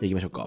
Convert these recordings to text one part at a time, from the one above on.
行きましょうか。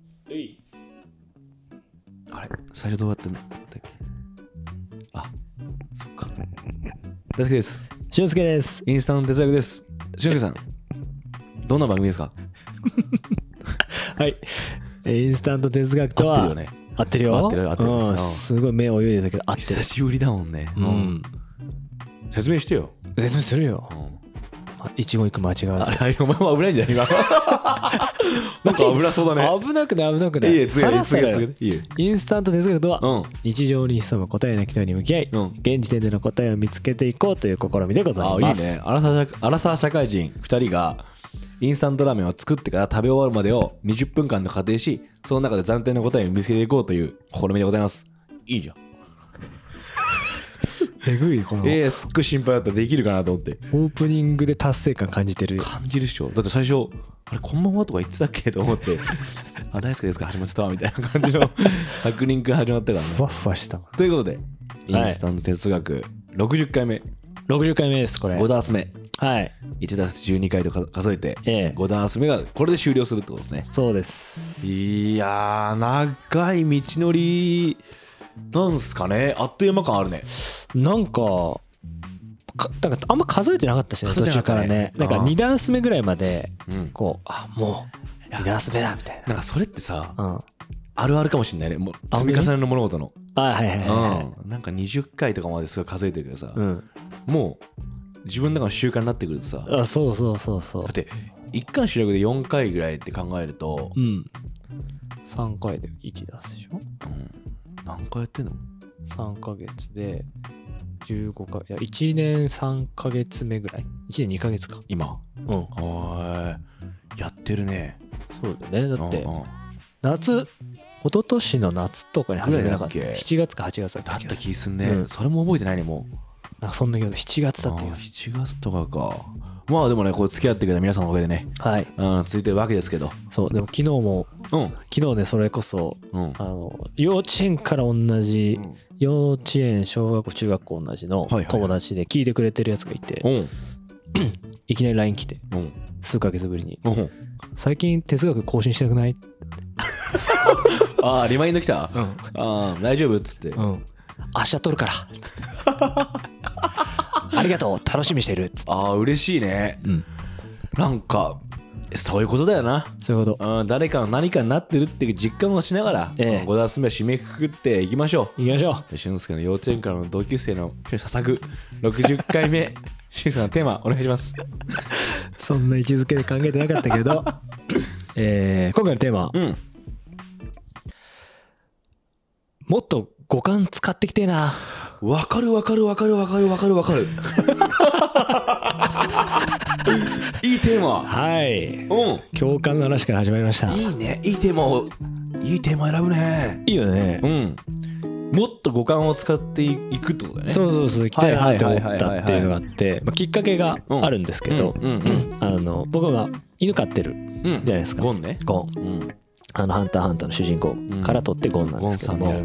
あれ最初どうやってんだっけ。あ、そっか。大輔です。 俊介です。 インスタの哲学です。俊介さん、どんな番組ですか？ はい。インスタント哲学とは。 合ってるよね。 合ってるよ。 合ってる。 うん。すごい目泳いでたけど合ってる。 久しぶりだもんね。 うん。 説明してよ。 説明するよ。一言一句間違わず。 あれ、お前も危ないんじゃない今。なんか危なそうだね。 危なくない危なくない。さらさらよ。インスタント哲学とは、日常に潜む答えなき問いに向き合い、現時点での答えを見つけていこうという試みでございます。 いいね。アラサー社会人2人がインスタントラーメンを作ってから食べ終わるまでを20分間で仮定し、その中で暫定の答えを見つけていこうという試みでございます。いいじゃん。 えぐいこのすっごい心配だったらできるかなと思って。 オープニングで達成感感じてる。 感じるっしょ。だって最初あれこんばんはとか言ってたっけと思ってあ、大好きですか始まってたみたいな感じの確認から始まったからね。 ふわふわした。 ということで、インスタント哲学60回目 60回目ですこれ。 5ダース目。 はい。 1ダース12回と数えて、5ダース目がこれで終了するってことですね。 そうです。 いやー、長い道のりなんすかね。あっという間感あるね。 なんかあんま数えてなかったしね、途中からね。なんか2ダンス目ぐらいまでこう、もう2ダンス目だみたいな。 なんかそれってさ、あるあるかもしんないね。もう積み重ねの物事の。 はいはいはい。 なんか20回とかまですごい数えてるけどさ、もう自分の中の習慣になってくるとさ、 そうだって1回主役で4回ぐらいって考えると、 3回で1出すでしょ。 何回やってんの ？3ヶ月で15回、いや1年3ヶ月目ぐらい。1年2ヶ月か今。やってるね。 そうだね。だって夏、一昨年の夏とかに始めなかった。7月か8月だった気すんね。それも覚えてないね。もうなんかそんなけど7月だったよ。 7月とかか。まあでもね、こう付き合ってくれた皆さんのおかげでね、続いてるわけですけど。 そう、でも昨日ね、それこそ幼稚園から同じ、幼稚園小学校中学校同じの友達で聞いてくれてるやつがいて、いきなり LINE 来て、数ヶ月ぶりに最近哲学更新してなくない？ リマインド来た？大丈夫っつって、 明日撮るからっつってありがとう楽しみにしてるっつって。 嬉しいね。なんかそういうことだよな。 そういうこと。 誰かの何かになってるっていう実感をしながら、5ダース目は締めくくっていきましょう。俊介の幼稚園からの同級生の捧ぐ60回目俊介のテーマお願いします。 そんな位置づけで考えてなかったけど今回のテーマ、もっと五感使ってきてえな。 わかるいいテーマ。 はい。共感の話から始まりました。 いいね。いいテーマ選ぶね。 いいよね。 もっと五感を使っていくってことだね。 そう行きたいなって思ったっていうのがあって、きっかけがあるんですけど、僕は犬飼ってるじゃないですか。 ゴンね。 ゴン。ハンターハンターの主人公から取ってゴンなんですけども、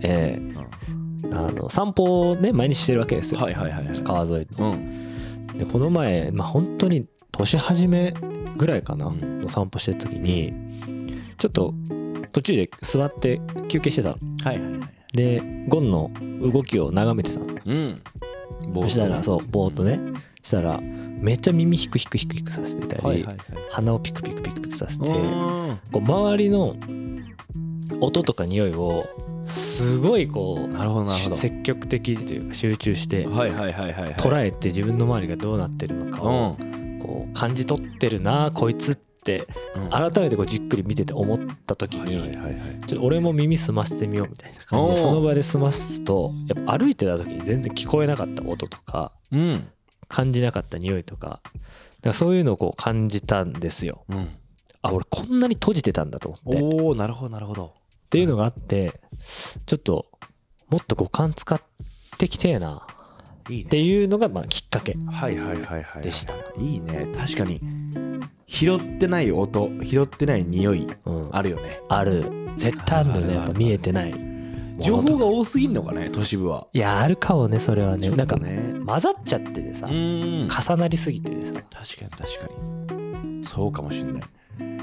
散歩をね毎日してるわけですよ。川沿いで、この前本当に年始めぐらいかなの散歩してる時にちょっと途中で座って休憩してたの。でゴンの動きを眺めてたの。そしたらぼーっとねしたらめっちゃ耳ヒクヒクさせてたり、鼻をピクピクさせて、こう周りの音とか匂いをすごいこう積極的というか集中して捉えて、自分の周りがどうなってるのかをこう感じ取ってるなこいつって改めてこうじっくり見てて思った時に、ちょっと俺も耳澄ませてみようみたいな感じでその場で澄ますと、やっぱ歩いてた時に全然聞こえなかった音とか感じなかった匂いとか、そういうのをこう感じたんですよ。俺こんなに閉じてたんだと思って。 なるほどっていうのがあって、ちょっともっと五感使ってきてえなっていうのがきっかけでした。 いいね。確かに拾ってない音、拾ってない匂いあるよね。 ある。絶対あるのね。やっぱ見えてない情報が多すぎんのかね、都市部は。 いやあるかもね。それはね、なんか混ざっちゃっててさ、重なりすぎててさ。 確かにそうかもしんない。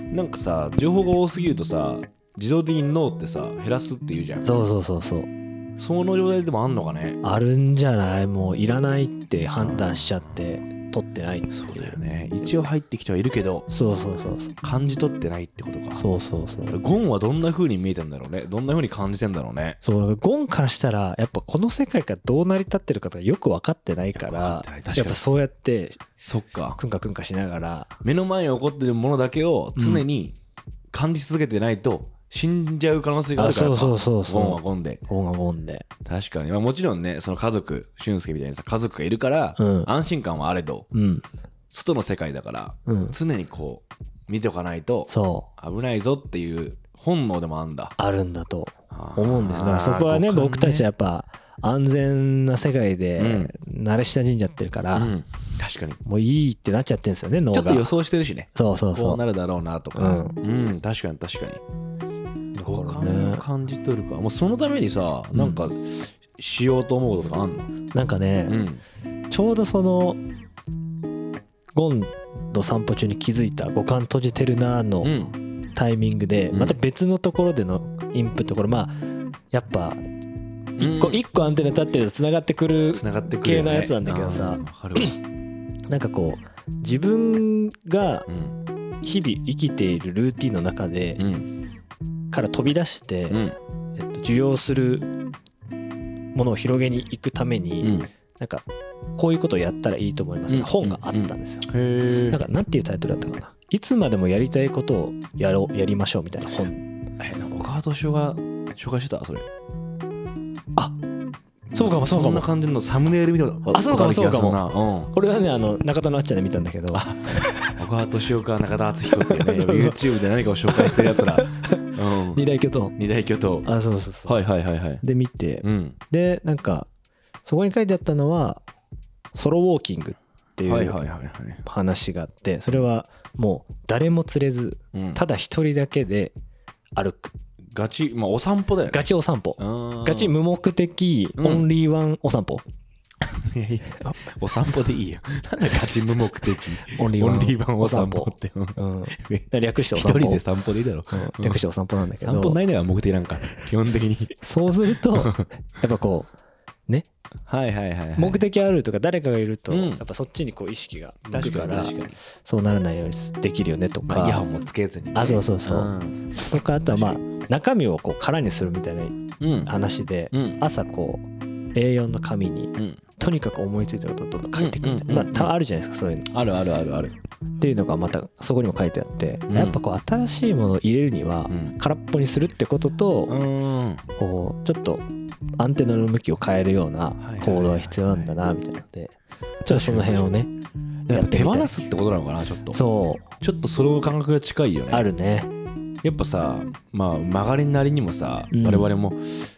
なんかさ情報が多すぎるとさ自動的に脳ってさ減らすって言うじゃん。 そうそうそうそう。 その状態でもあんのかね。 あるんじゃない？もういらないって判断しちゃって取ってないっていう。 そうだよね。一応入ってきてはいるけど、 そうそうそう、 感じ取ってないってことか。 そうそうそう。 ゴンはどんな風に見えたんだろうね。どんな風に感じてんだろうね。 そう、ゴンからしたらやっぱこの世界がどう成り立ってるかとかよく分かってないから、やっぱそうやってそっかくんかくんかしながら目の前に起こってるものだけを常に感じ続けてないと死んじゃう可能性があるから。 そうそうゴンはゴンで。 ゴンはゴンで。 確かに。まあもちろんね、その家族、俊介みたいにさ、家族がいるから、安心感はあれど、外の世界だから、常にこう、見ておかないと、危ないぞっていう本能でもあるんだ。 あるんだと思うんです。だからそこはね、僕たちはやっぱ、安全な世界で慣れ親しんじゃってるから、 確かにもういいってなっちゃってるんですよね、脳が。 ちょっと予想してるしね。 そうそうそう。 こうなるだろうなとか。確かに確かに。五感を感じ取るか。もうそのためにさ、なんかしようと思うこととかあんの？ なんかね、ちょうどそのゴンの散歩中に気づいた五感閉じてるなのタイミングで、また別のところでのインプット、これまあやっぱ一個アンテナ立ってるとつながってくる系のやつなんだけどさ、なんかこう自分が日々生きているルーティンの中でから飛び出して受容するものを広げに行くために、なんかこういうことをやったらいいと思います本があったんですよ。なんかなんていうタイトルだったかな。いつまでもやりたいことをやりましょうみたいな本。 岡川敏夫が紹介してたそれ。あ、 そうかもそうかも。 そんな感じのサムネイル見たことあ、そうかもそうかも。これはね中田のあっちゃんで見たんだけど。 岡川敏夫か中田敦彦っていうねYouTube で何かを紹介してるやつら。 二大巨頭。 二大巨頭。 あ、そうそうそう。 はいはいはいはい。 で見て、でなんかそこに書いてあったのはソロウォーキングっていう話があって、それはもう誰も連れず、ただ一人だけで歩く。 ガチ、まあお散歩だよね。 ガチお散歩。ガチ無目的オンリーワンお散歩。 お散歩でいいよ。なんだガチ無目的オンリーワンお散歩って。 略してお散歩。 一人で散歩でいいだろ。 略してお散歩なんだけど。 散歩ないのが目的なんか、基本的に。 そうすると、やっぱこう、ね。 はいはいはい。 目的あるとか誰かがいると、やっぱそっちにこう意識が向くから、そうならないようにできるよねとか。 イヤホンもつけずに。 あ、そうそうそう。とか、あとはまあ、中身をこう空にするみたいな話で、朝こう、A4 の紙に、とにかく思いついたことをどんどん書いていくみたいな。まあ、多分あるじゃないですか、そういうの。 あるあるあるある。 っていうのがまたそこにも書いてあって、やっぱこう新しいものを入れるには空っぽにするってことと、こうちょっとアンテナの向きを変えるような行動が必要なんだなみたいなので、ちょっとその辺をねやって手放すってことなのかな。ちょっとそうちょっとその感覚が近いよね。 あるね。 やっぱさ、まあ曲がりなりにもさ、我々も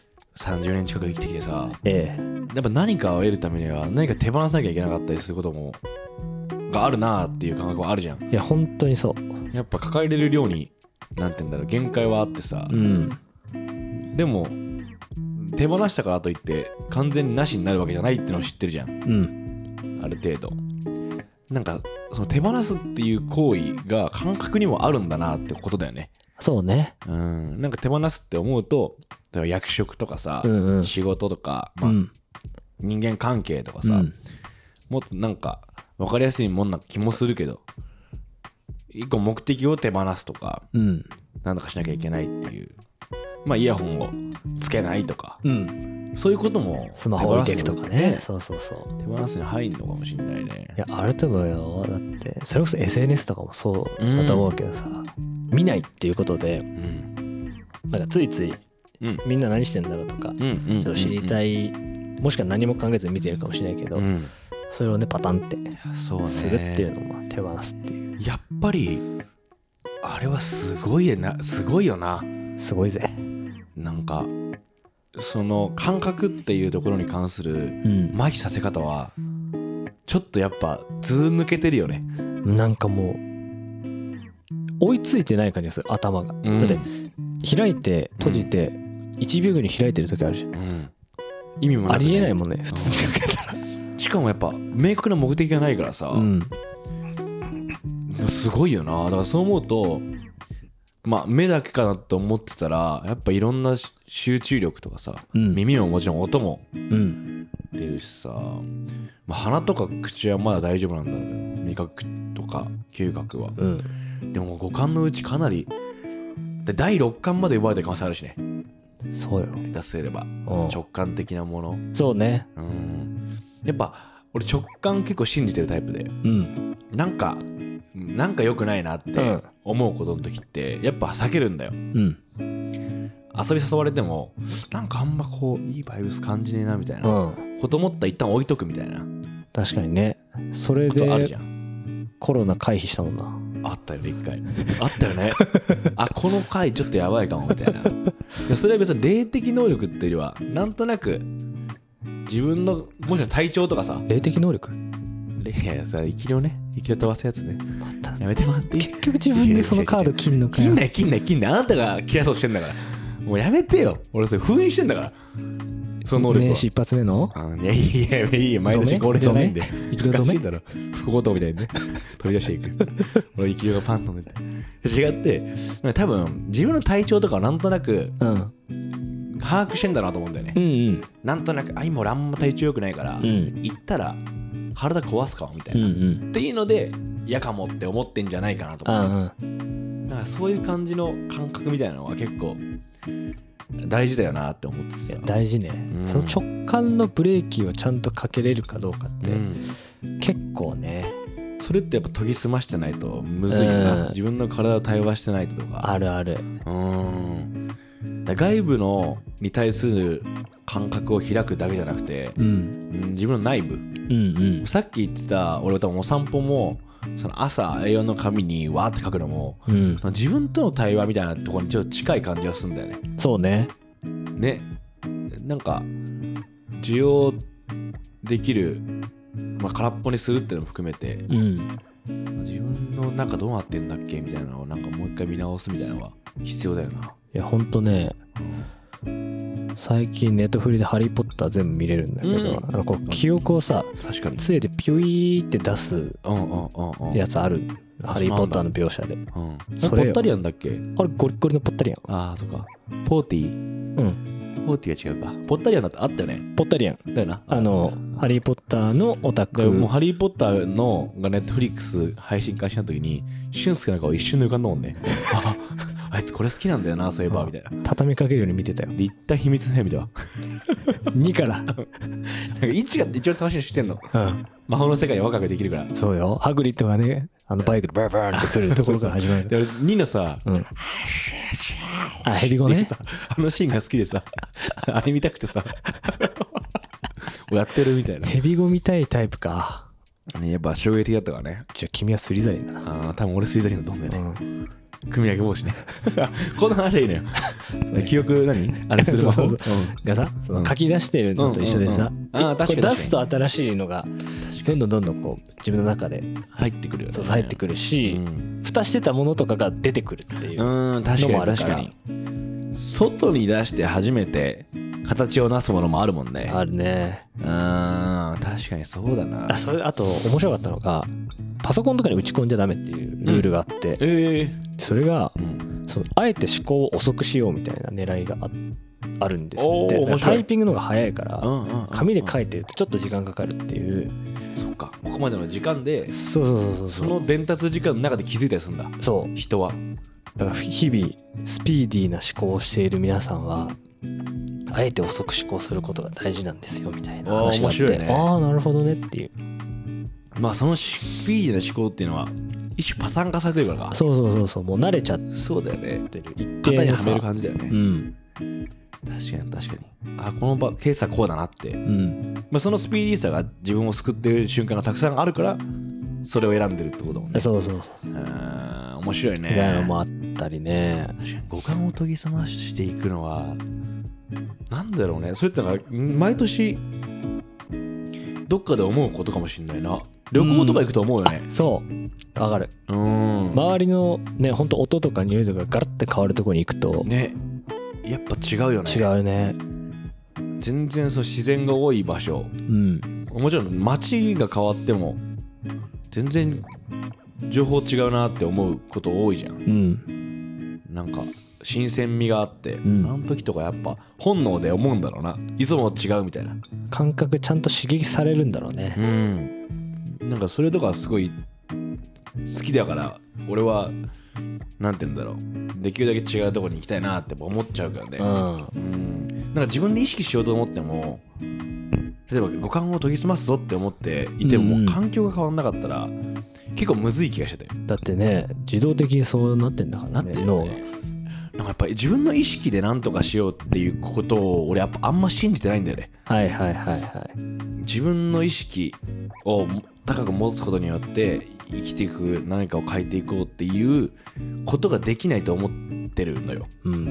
30年近く生きてきてさ、やっぱ何かを得るためには何か手放さなきゃいけなかったりすることもがあるなっていう感覚はあるじゃん。 いや本当にそう。 やっぱ抱えれる量になんて言うんだろう、限界はあってさ、でも手放したからといって完全になしになるわけじゃないってのを知ってるじゃん、ある程度。なんかその手放すっていう行為が感覚にもあるんだなってことだよね。 そうね。 なんか手放すって思うと、例えば役職とかさ、仕事とか、まあ人間関係とかさ、もっとなんか分かりやすいもんな気もするけど、一個目的を手放すとか、なんだかしなきゃいけないっていう、まあイヤホンをつけないとか、そういうこともスマホ置いていくとかね。そうそうそう。 手放すに入るのかもしれないね。 いやあると思うよ。だってそれこそ SNS とかもそうだと思うけどさ、見ないっていうことで、なんかついついみんな何してんだろうとか、ちょっと知りたい、もしくは何も考えずに見てるかもしれないけど、それをねパタンってするっていうのも手放すっていう。 やっぱりあれはすごいよな。すごいぜ。 なんかその感覚っていうところに関する麻痺させ方はちょっとやっぱ図抜けてるよね。 なんかもう追いついてない感じがする、頭が。だって開いて閉じて1秒後に開いてる時あるじゃん、意味もなくね、ありえないもんね普通にかけたら。 しかもやっぱ明確な目的がないからさ、すごいよな。だからそう思うとまあ目だけかなと思ってたらやっぱいろんな集中力とかさ、耳ももちろん音も出るしさ、まあ、鼻とか口はまだ大丈夫なんだろうけど味覚とか嗅覚は、でも五感のうちかなりで第6感まで奪われてる可能性あるしね。 そうよ、 出せれば直感的なもの。 そうね、 やっぱ俺直感結構信じてるタイプで、なんか良くないなって思うことの時ってやっぱ避けるんだよ。遊び誘われてもなんかあんまこういいバイブス感じねえなみたいなこと思ったら一旦置いとくみたいな。 確かにね。それであるじゃん。 コロナ回避したもんな。 あったよね、一回。あったよね。あ、この回ちょっとやばいかもみたいな。それは別に霊的能力っていうよりはなんとなく自分のもしか体調とかさ。 霊的能力？ いやさ、生き量飛ばすやつね。やめてもらっていい？ 結局自分でそのカード切んのかよ。 切んない。あなたが切らそうとしてんだから。もうやめてよ。俺それ封印してんだから。その能力は。 年始一発目の？ いや、毎年恒例じゃないんで。 生き量染め？ だろ。複合刀みたいにね。取り出していく。俺生き量がパンと寝て。違って、多分自分の体調とかをなんとなく、把握してんだなと思うんだよね。なんとなく、今俺あんま体調良くないから、行ったら、体壊すかもみたいな、っていうので嫌かもって思ってんじゃないかなと思って、だからそういう感じの感覚みたいなのは結構大事だよなって思ってて。 大事ね、その直感のブレーキをちゃんとかけれるかどうかって、結構ね。 それってやっぱ研ぎ澄ましてないとむずいよな、自分の体を対話してないとか。 あるある。 外部のに対する感覚を開くだけじゃなくて、自分の内部、さっき言ってた俺多分お散歩もその朝 A4 の紙にわーって書くのも、自分との対話みたいなところにちょっと近い感じがするんだよね。 そうね。 なんか需要できる、空っぽにするっていうのも含めて、自分の中どうなってんだっけみたいなのをなんかもう一回見直すみたいなのは必要だよな。 いやほんとね、最近ネットフリでハリーポッター全部見れるんだけど、こう記憶をさ、杖でピュイーって出すやつある。ハリーポッターの描写で。 それポッタリアンだっけ？ あれゴリゴリのポッタリアン。 ああ、そっか。ポーティー？ポーティーは違うか。ポッタリアンだってあったよね。 ポッタリアンだよな。 ハリーポッターのオタク。 もうハリーポッターのがネットフリックス配信開始した時に俊介なんかを一瞬で浮かんだもんね。あいつこれ好きなんだよな、そういえばみたいな。 畳みかけるように見てたよ。 で一旦秘密の部屋見たわ。 2からなんか 1が一番楽しみにしてんの。魔法の世界に若くできるから。 そうよ。ハグリッドがね、バイクでバーバーンって来るところから始まる。 で俺2のさ、 ヘビ語ね。 あのシーンが好きでさ、あれ見たくてさやってるみたいな。 ヘビ語見たいタイプか。 やっぱ衝撃的だったからね。 じゃあ君はスリザリンだな。 多分俺スリザリンだと思うんだよね。組み上げ帽子ね。この話はいいのよ。記憶あれするそうがさ、その書き出してるのと一緒でさ、これ出すと新しいのがどんどんこう自分の中で入ってくるよね。 そう入ってくるし、蓋してたものとかが出てくるっていうのもあるから。 外に出して初めて形をなすものもあるもんね。 あるね。 確かにそうだな。 あと面白かったのが、パソコンとかに打ち込んじゃダメっていうルールがあって、それが、あえて思考を遅くしようみたいな狙いがあるんですって。タイピングの方が早いから、紙で書いてるとちょっと時間かかるっていう。 そっか、ここまでの時間で、そうの伝達時間の中で気づいたりするんだ。そう、人は。 だから日々スピーディーな思考をしている皆さんはあえて遅く思考することが大事なんですよみたいな話があって、なるほどねっていう。 そのスピーディーな思考っていうのは一種パターン化されてるからか。 そうもう慣れちゃってる。 そうだよね。型にはめる感じだよね。確かに。このケースはこうだなって、そのスピーディーさが自分を救っている瞬間がたくさんあるからそれを選んでるってことだもんね。 そう面白いね。 みたいなのもあったりね。 確かに五感を研ぎ澄ましていくのはなんだろうね。それってなんか毎年どっかで思うことかもしれないな。旅行とか行くと思うよね。 そうわかる。周りのね、ほんと音とか匂いとかガラッて変わるところに行くとね、 やっぱ違うよね。 違うね。 全然自然が多い場所、もちろん街が変わっても全然情報違うなって思うこと多いじゃん。 なんか新鮮味があって、あの時とかやっぱ本能で思うんだろうな、いつも違うみたいな感覚ちゃんと刺激されるんだろうね。 なんかそれとかすごい好きだから、俺はなんて言うんだろう、できるだけ違うところに行きたいなって思っちゃうからね。なんか自分で意識しようと思っても、例えば五感を研ぎ澄ますぞって思っていても、環境が変わんなかったら結構むずい気がしてたよ。 だってね、自動的にそうなってんだからね、脳が。 なんかやっぱり自分の意識で何とかしようっていうことを俺やっぱあんま信じてないんだよね。自分の意識を高く持つことによって生きていく、何かを変えていこうっていうことができないと思ってるのよ。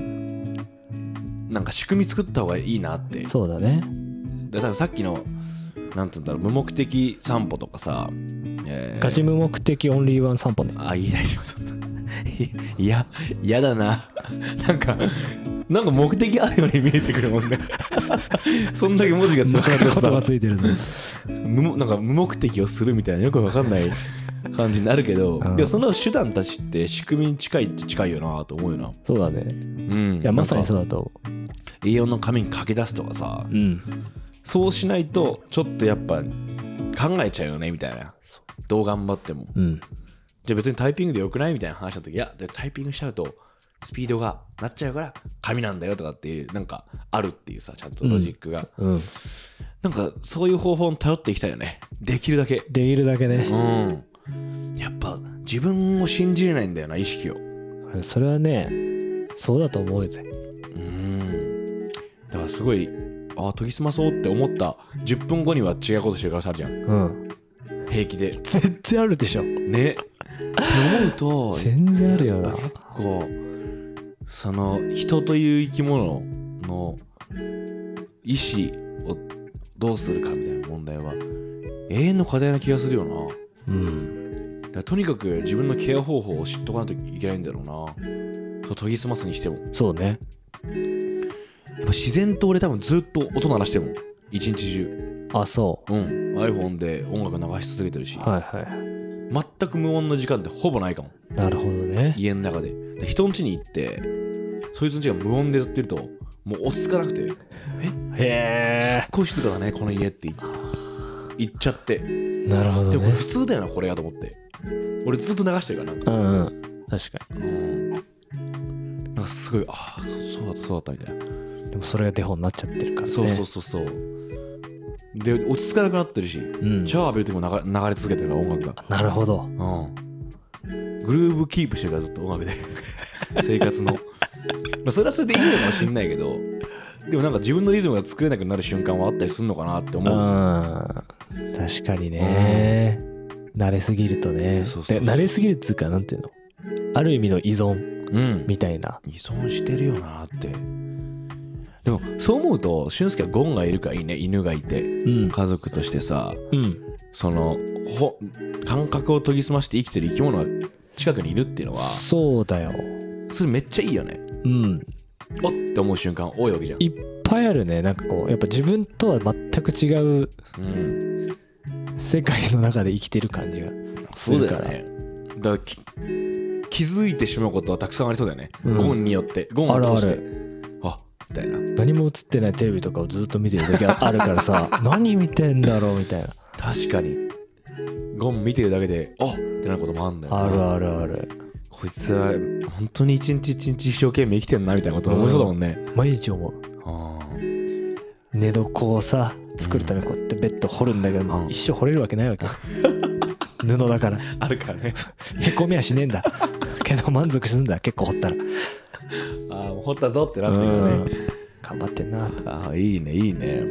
なんか仕組み作った方がいいなって。 そうだね。 だからさっきのなんつうんだろう、無目的散歩とかさ、 ガチ無目的オンリーワン散歩ね。 いい大丈夫。いや嫌だな。なんか目的あるように見えてくるもんね。そんだけ文字がつながるとさ、 言葉ついてるなんか無目的をするみたいなよくわかんない感じになるけど、でもその手段たちって仕組みに近いって近いよなと思うよな。 そうだね。いやまさにそうだと思う。A4 の紙に書き出すとかさ、そうしないとちょっとやっぱ考えちゃうよねみたいな。どう頑張っても、じゃあ別にタイピングでよくないみたいな話の時、いやタイピングしちゃうとスピードがなっちゃうから紙なんだよとかっていうなんかあるっていうさ、ちゃんとロジックが、なんかそういう方法に頼っていきたいよね。できるだけね。やっぱ自分を信じれないんだよな、意識を。 それはね、そうだと思うぜ。 だからすごい研ぎ澄まそうって思った10分後には違うことしてるからさ、あるじゃん。平気で全然あるでしょね。思うと全然あるよな。 結構その人という生き物の意志をどうするかみたいな問題は永遠の課題な気がするよな。とにかく自分のケア方法を知っとかないといけないんだろうな。そう研ぎ澄ますにしても。 そうね。 やっぱ自然と俺多分ずっと音鳴らしても一日中。 そう。 iPhone で音楽流し続けてるし、全く無音の時間ってほぼないかも。 なるほどね。 家の中で人ん家に行ってそいつの家が無音でずっといるともう落ち着かなくて、すっごい静かだねこの家って言っちゃって。 なるほどね。 でもこれ普通だよなこれやと思って、俺ずっと流してるからな。 確かに。なんかすごいそうだったみたいな。 でもそれがデフォになっちゃってるからね。 そうで落ち着かなくなってるし、シャワー浴びる時も流れ続けてるから音楽が。 なるほど。 グルーブキープしてるからずっと音楽で生活のそれはそれでいいのかもしんないけど、でもなんか自分のリズムが作れなくなる瞬間はあったりするのかなって思う。 確かにね。慣れすぎるとね。慣れすぎるっつうか、なんていうの、ある意味の依存みたいな。 依存してるよなって。でもそう思うと俊介はゴンがいるからいいね。犬がいて、家族としてさ、その感覚を研ぎ澄まして生きてる生き物が近くにいるっていうのは、 そうだよ。 それめっちゃいいよね。おって思う瞬間多いわけじゃん。 いっぱいあるね。なんかこうやっぱ自分とは全く違う、世界の中で生きてる感じがするから。そうだよね。だから気づいてしまうことはたくさんありそうだよね。ゴンによって、ゴンを通して。みたいな。何も映ってないテレビとかをずっと見てる時あるからさ何見てんだろうみたいな。 確かにゴン見てるだけでってなることもあるんだよな。ある。 こいつは本当に一日一日一生懸命生きてんなみたいなこと思いそうだもんね。 毎日思う。寝床をさ作るためにこうやってベッド掘るんだけど、一生掘れるわけないわけ布だからあるからね。 へこみはしねえんだけど満足するんだ、結構掘ったら。 もう掘ったぞってなってるよね。 頑張ってんなと。 いいね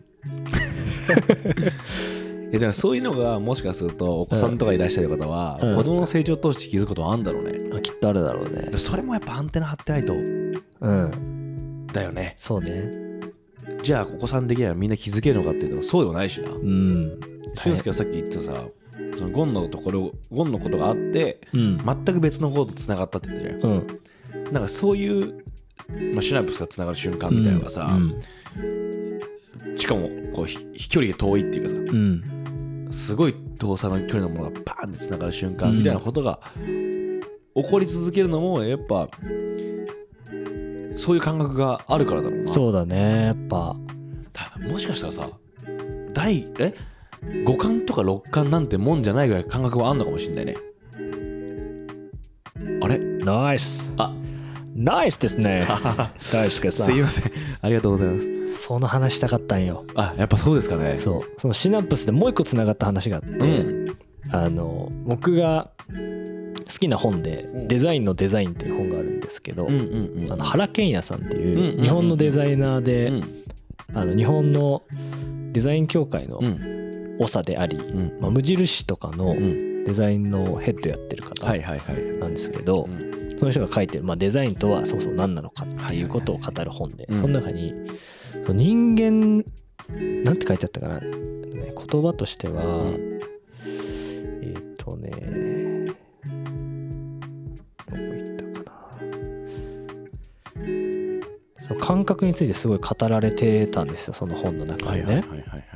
でもそういうのがもしかするとお子さんとかいらっしゃる方は、子供の成長を通して気づくことはあるんだろうね。 きっとあるだろうね。 それもやっぱアンテナ張ってないと、だよね。 そうね。 じゃあお子さん的にはみんな気づけるのかっていうとそうでもないしな。俊介がさっき言ってたさ、そのゴンのことがあって、全く別のこととつながったって言ってたじゃん。なんかそういう、シナプスがつながる瞬間みたいなのがさ、しかもこう飛距離が遠いっていうかさ、すごい遠さの距離のものがバーンってつながる瞬間みたいなことが起こり続けるのもやっぱそういう感覚があるからだろうな。 そうだね、やっぱもしかしたらさ5巻とか6巻なんてもんじゃないぐらい感覚はあんのかもしんないね。あれナイスナイスですね大輔さん。 すいません、ありがとうございます。 その話したかったんよ。 やっぱそうですかね。 そのシナプスでもう一個つながった話があって、僕が好きな本でデザインのデザインっていう本があるんですけど、原健也さんっていう日本のデザイナーで、日本のデザイン協会の長であり、無印とかのデザインのヘッドやってる方なんですけど、その人が書いてる、デザインとはそもそも何なのかっていうことを語る本で、その中に人間なんて書いてあったかな、言葉としては、どこ行ったかな、その感覚についてすごい語られてたんですよ、その本の中でね。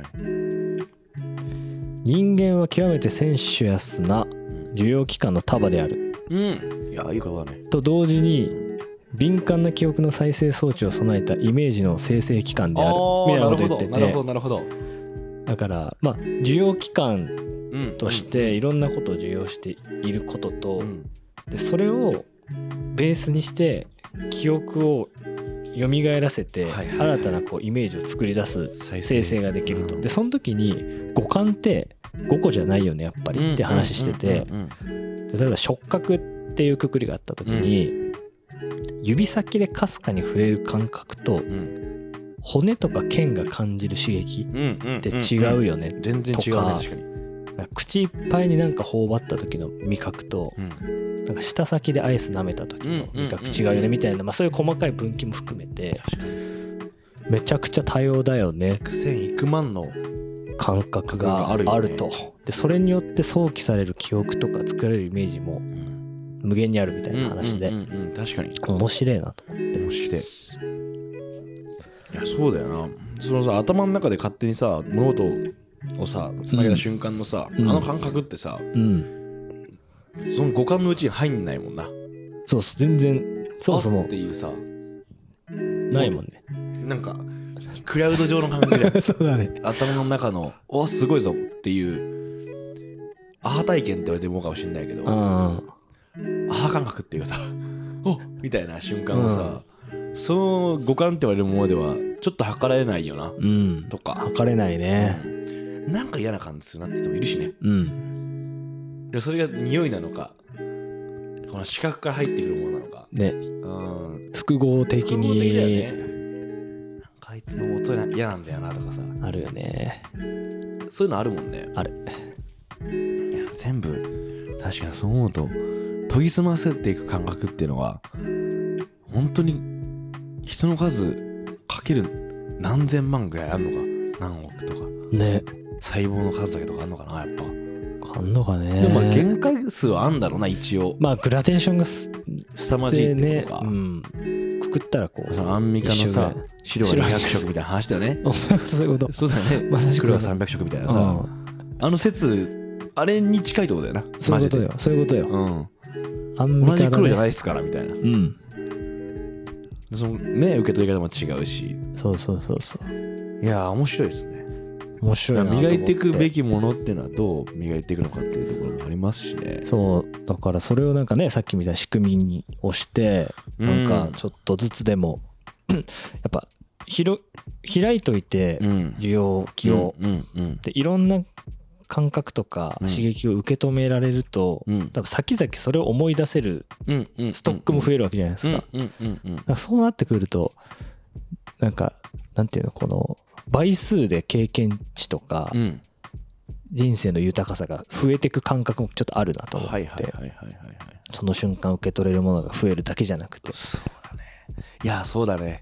人間は極めてセンシュアスな受容器官の束である、 いや、いいことだね。 と同時に敏感な記憶の再生装置を備えたイメージの生成器官であるみたいなこと言ってて、 なるほど。 だから受容器官としていろんなことを受容していることと、でそれをベースにして記憶を蘇らせて新たなイメージを作り出す生成ができると。でその時に五感って5個じゃないよねやっぱりって話してて、例えば触覚っていうくくりがあった時に、指先でかすかに触れる感覚と骨とか腱が感じる刺激って違うよねとか、 全然違うね。確かに口いっぱいになんか頬張った時の味覚と、なんか舌先でアイス舐めた時の味覚違うよねみたいな、そういう細かい分岐も含めてめちゃくちゃ多様だよね。 1000億万の感覚があると。でそれによって想起される記憶とか作られるイメージも無限にあるみたいな話で、 確かに面白いなと思って。 面白い。いやそうだよな。そのさ、頭の中で勝手にさ物事をさつなげた瞬間のさ、あの感覚ってさ、その五感のうちに入んないもんな。 そう全然そもそもっていうさないもんね。 なんかクラウド上の感覚じゃんそうだね。 頭の中のすごいぞっていうアハ体験って言われてもかもしれないけど、アハ感覚っていうかさみたいな瞬間をさ、その五感って言われるものではちょっと測られないよな、とか測れないね、 なんか嫌な感じするなって人もいるしね。でそれが匂いなのかこの視覚から入ってくるものなのかね、複合的になんかあいつの音嫌なんだよなとかさ、 あるよね。 そういうのあるもんね。 ある。 いや全部確かにそう思うと研ぎ澄ませていく感覚っていうのは本当に人の数かける何千万ぐらいあるのか、何億とかね、 細胞の数だけとかあるのかな、やっぱあんのかね。 でも限界数はあんだろうな一応。 グラデーションが凄まじいってことか、 くくったらそのアンミカのさ白が200色みたいな話だよね。 そういうこと。 そうだよね。黒が300色みたいなさ、あの説あれに近いってことだよな。 そういうことよ。そういうことよ。 アンミカだね、同じ黒じゃないっすからみたいな。そのね受け取り方も違うし。そう。いや面白いですね。 面白いなと思って。 磨いていくべきものっていうのはどう磨いていくのかっていうところもありますしね。 そうだからそれをなんかね、さっきみたいな仕組みをしてなんかちょっとずつでもやっぱ開いといて受容器をでいろんな感覚とか刺激を受け止められると、多分先々それを思い出せるストックも増えるわけじゃないですか。なんかそうなってくるとなんかなんていうの、この倍数で経験値とか人生の豊かさが増えていく感覚もちょっとあるなと思って、その瞬間受け取れるものが増えるだけじゃなくて。 そうだね。いやそうだね。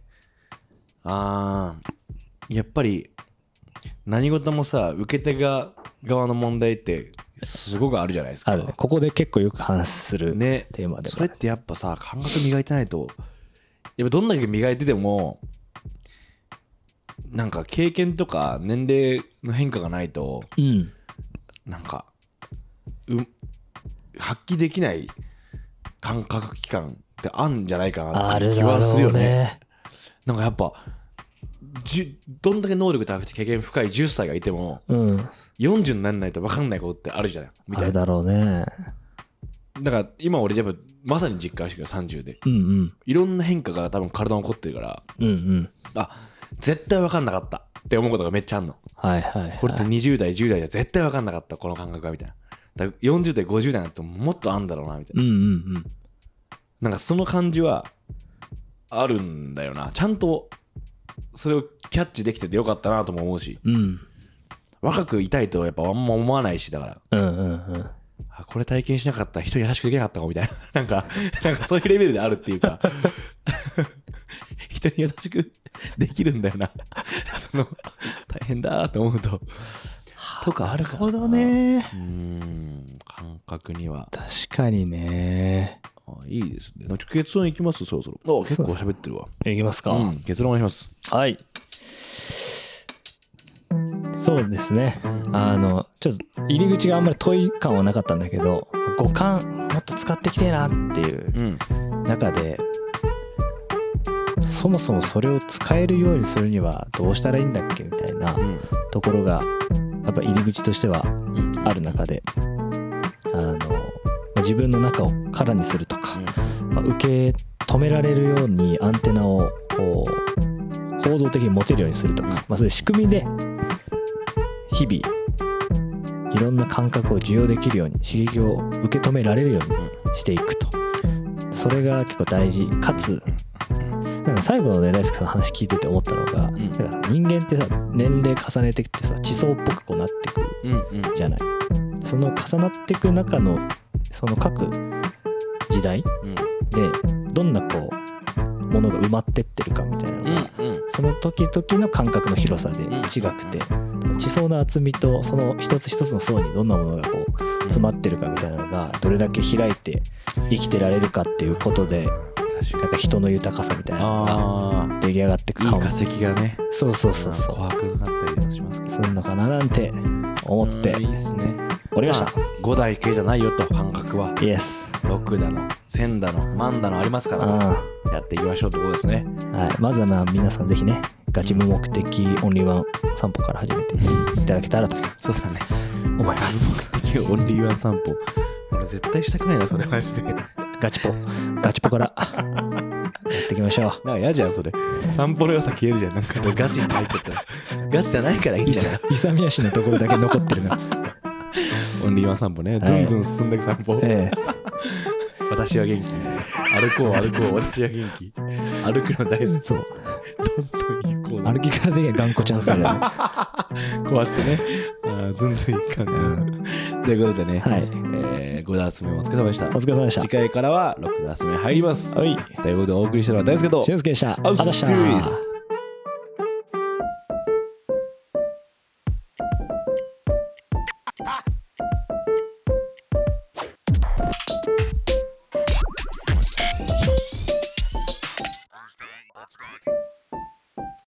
やっぱり何事もさ受け手側の問題ってすごくあるじゃないですか。 あるね。ここで結構よく話するテーマで、 それってやっぱさ感覚磨いてないと、やっぱどんだけ磨いててもなんか経験とか年齢の変化がないと、なんか発揮できない感覚器官ってあんじゃないかなって気はするよね。なんかやっぱどんだけ能力高くて経験深い10歳がいても、40にならないと分かんないことってあるじゃないみたいな。 あるだろうね。 だから今俺やっぱまさに実感してる30で、いろんな変化が多分体に起こってるから、あ、絶対分かんなかったって思うことがめっちゃあんの。はいはいはい、これって20代10代じゃ絶対分かんなかったこの感覚がみたいな。だから40代50代になるともっとあんだろうなみたいな、なんかその感じはあるんだよな。ちゃんとそれをキャッチできててよかったなとも思うし、若くいたいとやっぱあんま思わないし、だから、あ、これ体験しなかったら人に優しくできなかったかみたいななんかそういうレベルであるっていうか人に優しくできるんだよなその大変だと思うととかあるほどね。 感覚には確かにね。 いいですね。結論いきます。そろそろ結構喋ってるわ。 いきますか、 結論お願いします。 はい、そうですね。ちょっと入り口があんまり遠い感はなかったんだけど、五感もっと使ってきてえなっていう中で、そもそもそれを使えるようにするにはどうしたらいいんだっけみたいなところがやっぱ入り口としてはある中で、自分の中を空にするとか、受け止められるようにアンテナをこう構造的に持てるようにするとか、そういう仕組みで日々いろんな感覚を受容できるように、刺激を受け止められるようにしていくと、それが結構大事。かつなんか最後のね大輔さんの話聞いてて思ったのが、だから人間ってさ年齢重ねてきてさ地層っぽくこうなってくじゃない、その重なっていく中のその各時代でどんなこうものが埋まってってるかみたいなのが、その時々の感覚の広さで違くて、地層の厚みとその一つ一つの層にどんなものがこう詰まってるかみたいなのがどれだけ開いて生きてられるかっていうことで、なんか人の豊かさみたいなのが出来上がってくかも。 いい化石がね、 そう琥珀になったりしますけど、 するのかななんて思っていいっすね。 おりました。 5代系じゃないよと、感覚は。 イエス。 6だの1000だの万だのありますから、やっていきましょうってことですね。 はい、まずは皆さんぜひね、ガチ無目的オンリーワン散歩から始めていただけたらとそうだね、 思います。 オンリーワン散歩、俺絶対したくないなそれマジで。 ガチポからやっていきましょう。 なんか嫌じゃんそれ。散歩の良さ消えるじゃん。なんかガチに入っちゃったらガチじゃないからいいんだよ。 勇み足のところだけ残ってるからオンリーワン散歩ね、ずんずん進んでいく散歩、私は元気、歩こう私は元気、歩くの大好き。そう、どんどん行こう、 歩き方的には頑固チャンスだよねこうやってね、ずんずん行く感じ、ということでね、5ダース目お疲れ様でした。 お疲れ様でした。 次回からは6ダース目入ります。ということでお送りしたのは大輔と俊介でした。 ありがとうございました。